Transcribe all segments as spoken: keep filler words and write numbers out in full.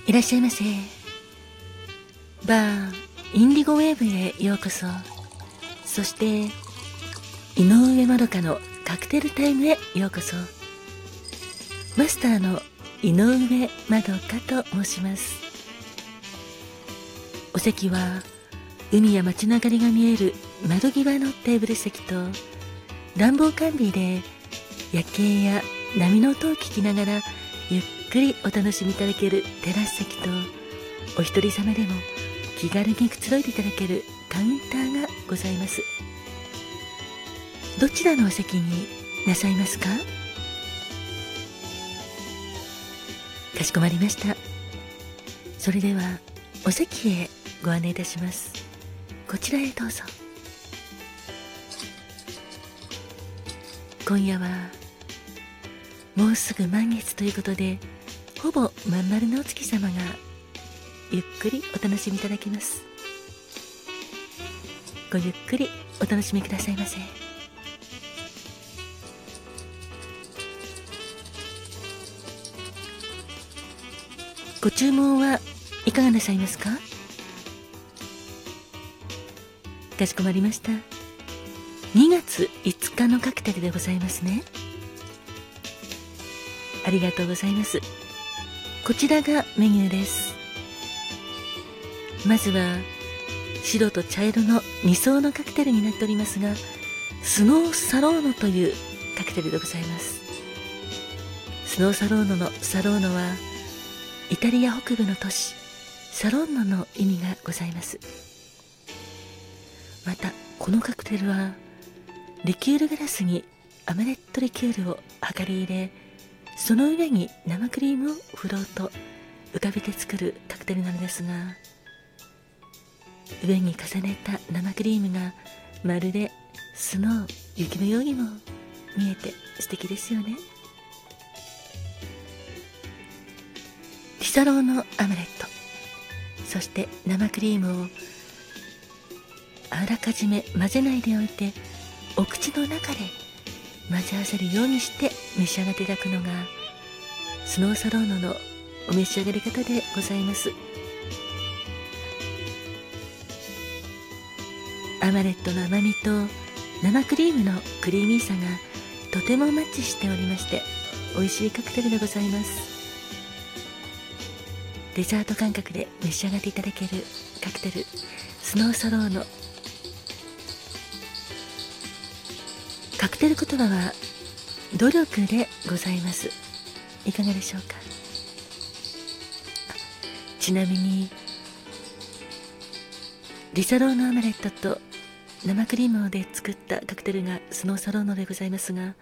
いらっしゃいませ。バーインディゴウェーブへようこそ。そして井上まどかのカクテルタイムへようこそ。マスターの井上まどかと申します。お席は海や街の明かりが見える窓際のテーブル席と、暖房完備で夜景や波の音を聞きながらゆっくりお楽しみいただけるテラス席と、お一人様でも気軽にくつろいでいただけるカウンターがございます。どちらのお席になさいますか？かしこまりました。それではお席へご案内いたします。こちらへどうぞ。今夜はもうすぐ満月ということで、ほぼまん丸のお月様がゆっくりお楽しみいただけます。ごゆっくりお楽しみくださいませ。ご注文はいかがなさいますか？かしこまりました。にがついつかのカクテルでございますね。ありがとうございます。こちらがメニューです。まずは白と茶色のに層のカクテルになっておりますが、スノーサローノというカクテルでございます。スノーサローノのサローノはイタリア北部の都市サロンノの意味がございます。またこのカクテルはリキュールグラスにアマレットリキュールを量り入れ、その上に生クリームを振ろうと浮かべて作るカクテルなのですが、上に重ねた生クリームがまるでスノー、雪のようにも見えて素敵ですよね。リサローのアマレット、そして生クリームをあらかじめ混ぜないでおいて、お口の中で混ぜ合わせるようにして召し上がっていただくのがスノーサローノのお召し上がり方でございます。アマレットの甘みと生クリームのクリーミーさがとてもマッチしておりまして、美味しいカクテルでございます。デザート感覚で召し上がっていただけるカクテル、スノーサローノ。カクテル言葉は努力でございます。いかがでしょうか。ちなみにリサローノアマレットと生クリームで作ったカクテルがスノーサローノでございますが、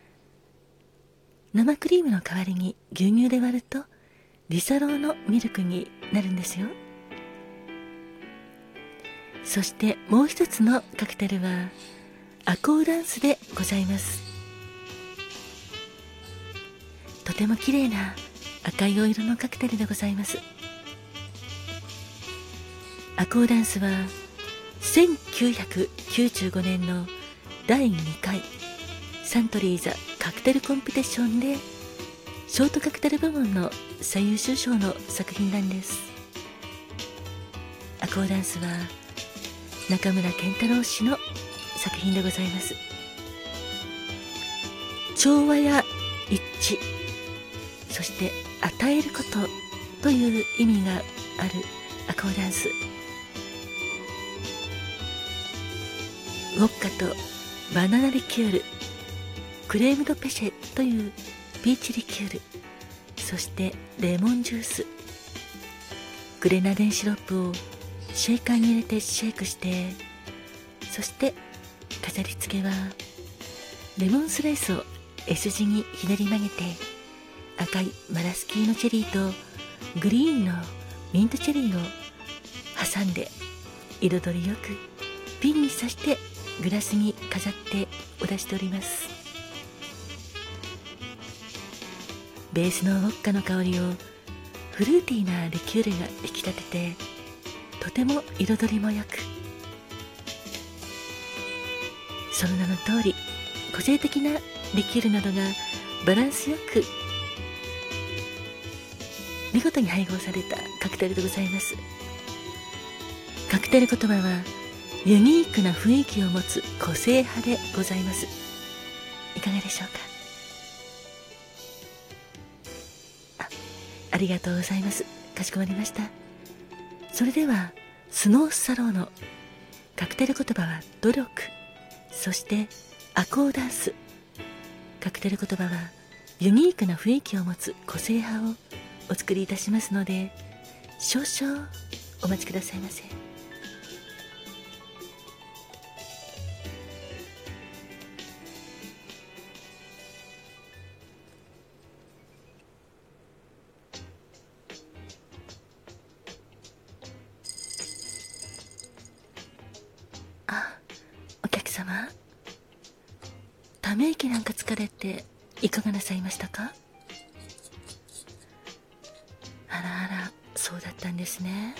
生クリームの代わりに牛乳で割るとリサローノミルクになるんですよ。そしてもう一つのカクテルはアコーダンスでございます。とても綺麗な赤いお色のカクテルでございます。アコーダンスはせんきゅうひゃくきゅうじゅうごねんのだいにかいサントリーザカクテルコンペティションでショートカクテル部門の最優秀賞の作品なんです。アコーダンスは中村健太郎氏の作品でございます。調和や一致、そして与えることという意味があるアコーダンス。ウォッカとバナナリキュール、クレームドペシェというピーチリキュール、そしてレモンジュース、グレナデンシロップをシェイカーに入れてシェイクして、そして飾り付けはレモンスライスを S 字にひねり曲げて、赤いマラスキーのチェリーとグリーンのミントチェリーを挟んで彩りよくピンに刺してグラスに飾ってお出しております。ベースのウォッカの香りをフルーティーなリキュールが引き立てて、とても彩りもよく、その名の通り個性的なリキュールなどがバランスよく見事に配合されたカクテルでございます。カクテル言葉はユニークな雰囲気を持つ個性派でございます。いかがでしょうか。あ、ありがとうございます。かしこまりました。それではスノーサローのカクテル言葉は努力、そしてアコーダンス。カクテル言葉はユニークな雰囲気を持つ個性派をお作りいたしますので、少々お待ちくださいませ。あ、お客様、ため息なんか疲れていかがなさいましたか。あらあら、そうだったんですね。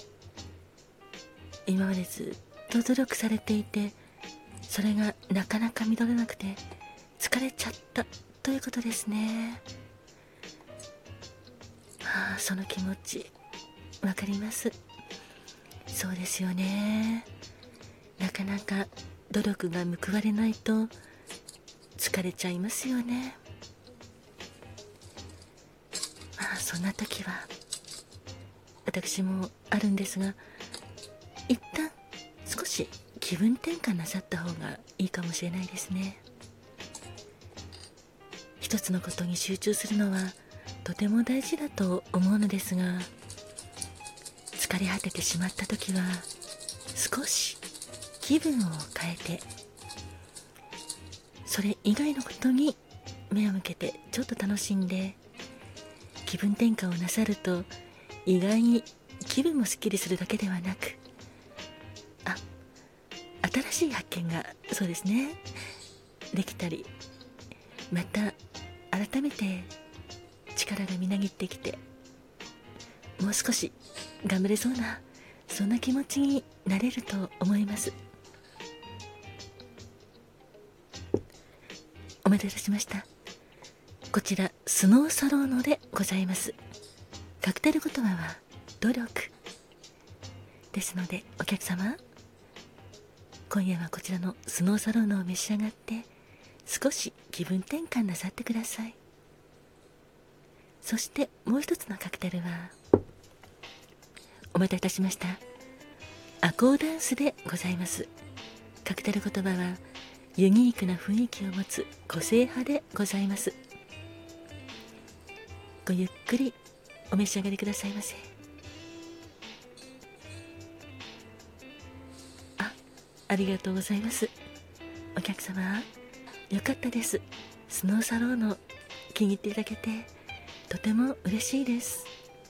今までずっと努力されていて、それがなかなか実らなくて疲れちゃったということですね。はあ、その気持ちわかります。そうですよね。なかなか努力が報われないと疲れちゃいますよね。まあそんな時は私もあるんですが、一旦少し気分転換なさった方がいいかもしれないですね。一つのことに集中するのはとても大事だと思うのですが、疲れ果ててしまった時は少し気分を変えて、それ以外のことに目を向けてちょっと楽しんで気分転換をなさると、意外に気分もすっきりするだけではなく、あ、新しい発見が、そうですね、できたり、また改めて力がみなぎってきて、もう少し頑張れそうな、そんな気持ちになれると思います。お待たせしました。こちらスノーサローノでございます。カクテル言葉は努力ですので、お客様、今夜はこちらのスノーサローノを召し上がって少し気分転換なさってください。そしてもう一つのカクテルは、お待たせいたしました、アコーダンスでございます。カクテル言葉はユニークな雰囲気を持つ個性派でございます。ごゆっくりお召し上がりくださいませ。あ、ありがとうございます。お客様、よかったです。スノーサローノ気に入っていただけてとても嬉しいです。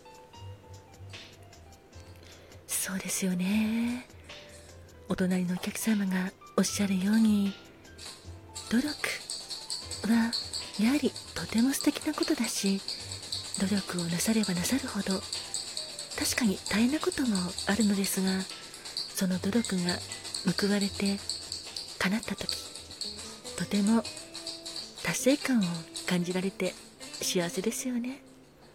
そうですよね。お隣のお客様がおっしゃるように、努力はやはりとても素敵なことだし、努力をなさればなさるほど確かに大変なこともあるのですが、その努力が報われて叶った時、とても達成感を感じられて幸せですよね。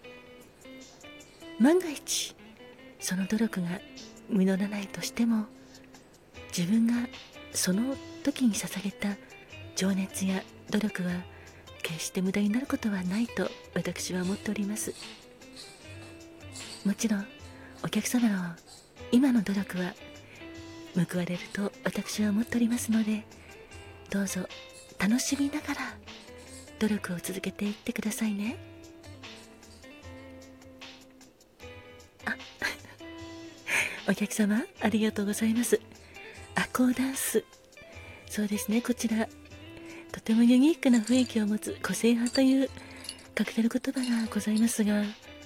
万が一その努力が実らないとしても、自分がその時に捧げた情熱や努力は決して無駄になることはないと私は思っております。もちろんお客様の今の努力は報われると私は思っておりますので、どうぞ楽しみながら努力を続けていってくださいね。あお客様、ありがとうございます。アコーダンス、そうですね、こちらとてもユニークな雰囲気を持つ個性派というカクテル言葉がございますが、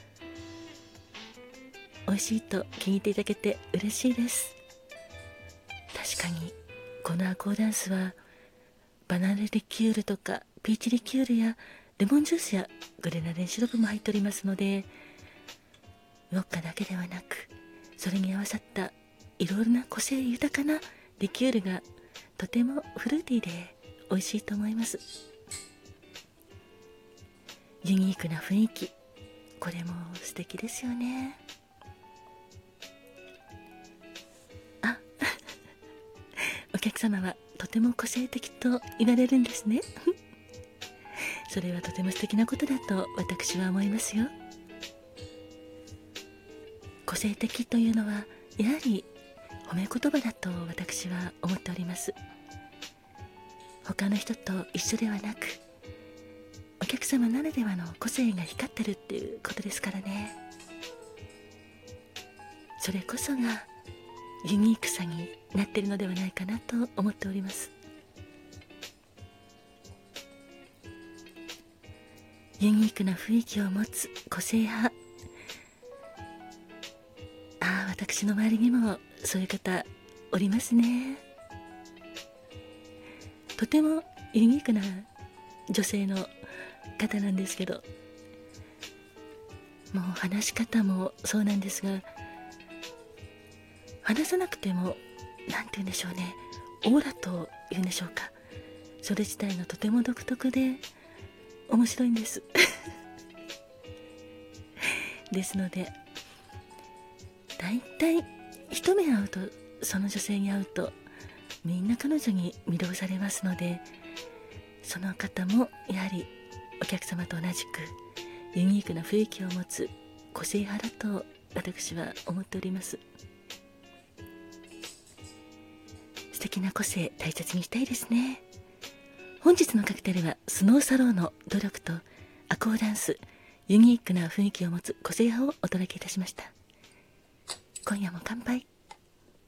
美味しいと気に入っていただけて嬉しいです。確かにこのアコーダンスはバナナリキュールとかピーチリキュールやレモンジュースやグレナデンシロップも入っておりますので、ウォッカだけではなく、それに合わさったいろいろな個性豊かなリキュールがとてもフルーティーで美味しいと思います。ユニークな雰囲気、 これも素敵ですよね。あお客様はとても個性的と言われるんですねそれはとても素敵なことだと私は思いますよ。個性的というのはやはり褒め言葉だと私は思っております。他の人と一緒ではなく、お客様ならではの個性が光ってるっていうことですからね。それこそがユニークさになっているのではないかなと思っております。ユニークな雰囲気を持つ個性派、ああ、私の周りにもそういう方おりますね。とてもユニークな女性の方なんですけど、もう話し方もそうなんですが、話さなくてもなんて言うんでしょうね、オーラというんでしょうか、それ自体がとても独特で面白いんですですので、だいたい一目会うと、その女性に会うとみんな彼女に魅了されますので、その方もやはりお客様と同じくユニークな雰囲気を持つ個性派だと私は思っております。素敵な個性大切にしたいですね。本日のカクテルはスノーサローの努力とアコーダンス、ユニークな雰囲気を持つ個性派をお届けいたしました。今夜も乾杯。